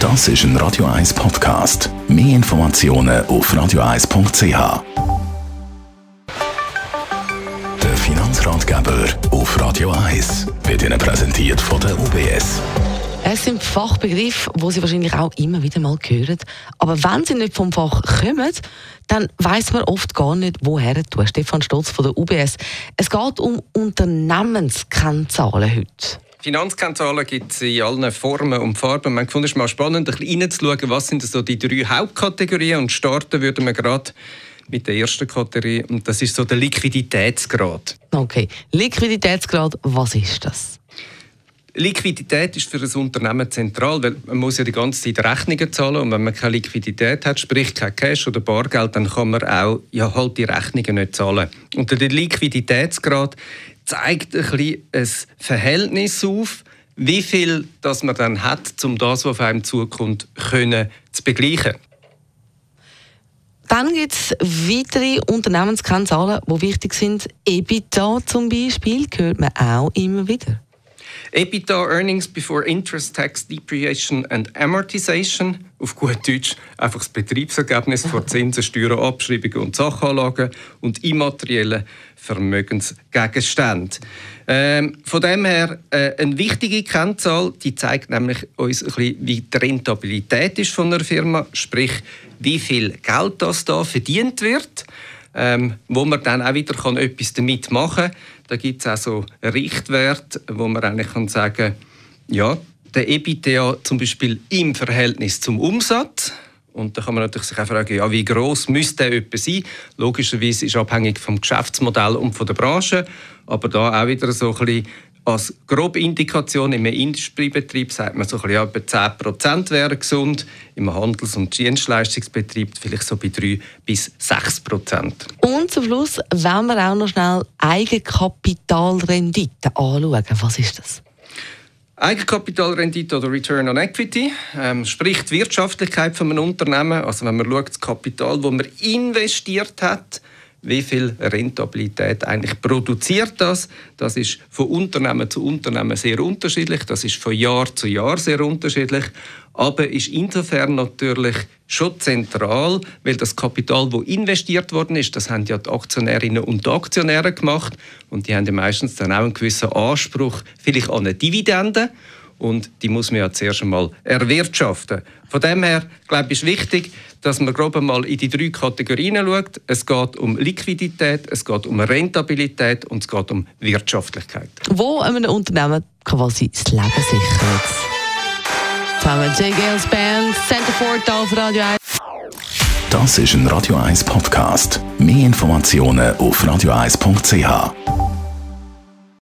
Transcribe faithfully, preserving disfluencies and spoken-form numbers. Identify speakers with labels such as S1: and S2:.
S1: Das ist ein Radio eins Podcast. Mehr Informationen auf radio eins punkt c h. Der Finanzratgeber auf Radio eins wird Ihnen präsentiert von der U B S.
S2: Es sind Fachbegriffe, die Sie wahrscheinlich auch immer wieder mal hören. Aber wenn sie nicht vom Fach kommen, dann weiss man oft gar nicht, woher tun. Stefan Stotz von der U B S. Es geht um Unternehmenskennzahlen heute.
S3: Finanzkennzahlen gibt es in allen Formen und Farben. Man fand es mal spannend, ein bisschen reinzuschauen, was sind so die drei Hauptkategorien. Und starten würden wir gerade mit der ersten Kategorie. Und das ist so der Liquiditätsgrad.
S2: Okay, Liquiditätsgrad, was ist das?
S3: Liquidität ist für ein Unternehmen zentral, weil man muss ja die ganze Zeit Rechnungen zahlen und wenn man keine Liquidität hat, sprich kein Cash oder Bargeld, dann kann man auch ja, halt die Rechnungen nicht zahlen. Und der Liquiditätsgrad zeigt ein bisschen ein Verhältnis auf, wie viel das man dann hat, um das, was auf einem zukommt, können zu begleichen.
S2: Dann gibt es weitere Unternehmenskennzahlen, die wichtig sind. EBITDA zum Beispiel, hört man auch immer wieder.
S3: EBITDA, Earnings Before Interest, Tax, Depreciation and Amortization. Auf gut Deutsch einfach das Betriebsergebnis vor Zinsen, Steuern, Abschreibungen und Sachanlagen und immateriellen Vermögensgegenständen. Ähm, von dem her äh, eine wichtige Kennzahl, die zeigt nämlich uns ein bisschen, wie die Rentabilität ist von einer Firma, sprich wie viel Geld das da verdient wird. Ähm, wo man dann auch wieder kann etwas damit machen kann. Da gibt es auch so Richtwerte, wo man eigentlich kann sagen, ja, der EBITDA zum Beispiel im Verhältnis zum Umsatz. Und da kann man natürlich sich auch fragen, ja, wie gross müsste der etwa sein? Logischerweise ist es abhängig vom Geschäftsmodell und von der Branche. Aber da auch wieder so ein bisschen als grobe Indikation, im Industriebetrieb sagt man so ein bisschen, ja, etwa zehn Prozent wären gesund, im Handels- und Dienstleistungsbetrieb vielleicht so bei drei bis sechs Prozent.
S2: Und zum Schluss wollen wir auch noch schnell Eigenkapitalrendite anschauen. Was ist das?
S3: Eigenkapitalrendite oder Return on Equity ähm, spricht die Wirtschaftlichkeit von einem Unternehmen. Also wenn man schaut, das Kapital, das man investiert hat, wie viel Rentabilität eigentlich produziert das. Das ist von Unternehmen zu Unternehmen sehr unterschiedlich. Das ist von Jahr zu Jahr sehr unterschiedlich. Aber ist insofern natürlich schon zentral, weil das Kapital, das investiert worden ist, das haben ja die Aktionärinnen und die Aktionäre gemacht. Und die haben ja meistens dann auch einen gewissen Anspruch vielleicht an eine Dividende. Und die muss man ja zuerst einmal erwirtschaften. Von dem her, glaube ich, ist wichtig, dass man grob mal in die drei Kategorien schaut. Es geht um Liquidität, es geht um Rentabilität und es geht um Wirtschaftlichkeit.
S2: Wo einem Unternehmen quasi das Leben sichert. Zusammen J. Gales Band, Centerford auf Radio eins.
S1: Das ist ein Radio eins Podcast. Mehr Informationen auf radio eins punkt c h.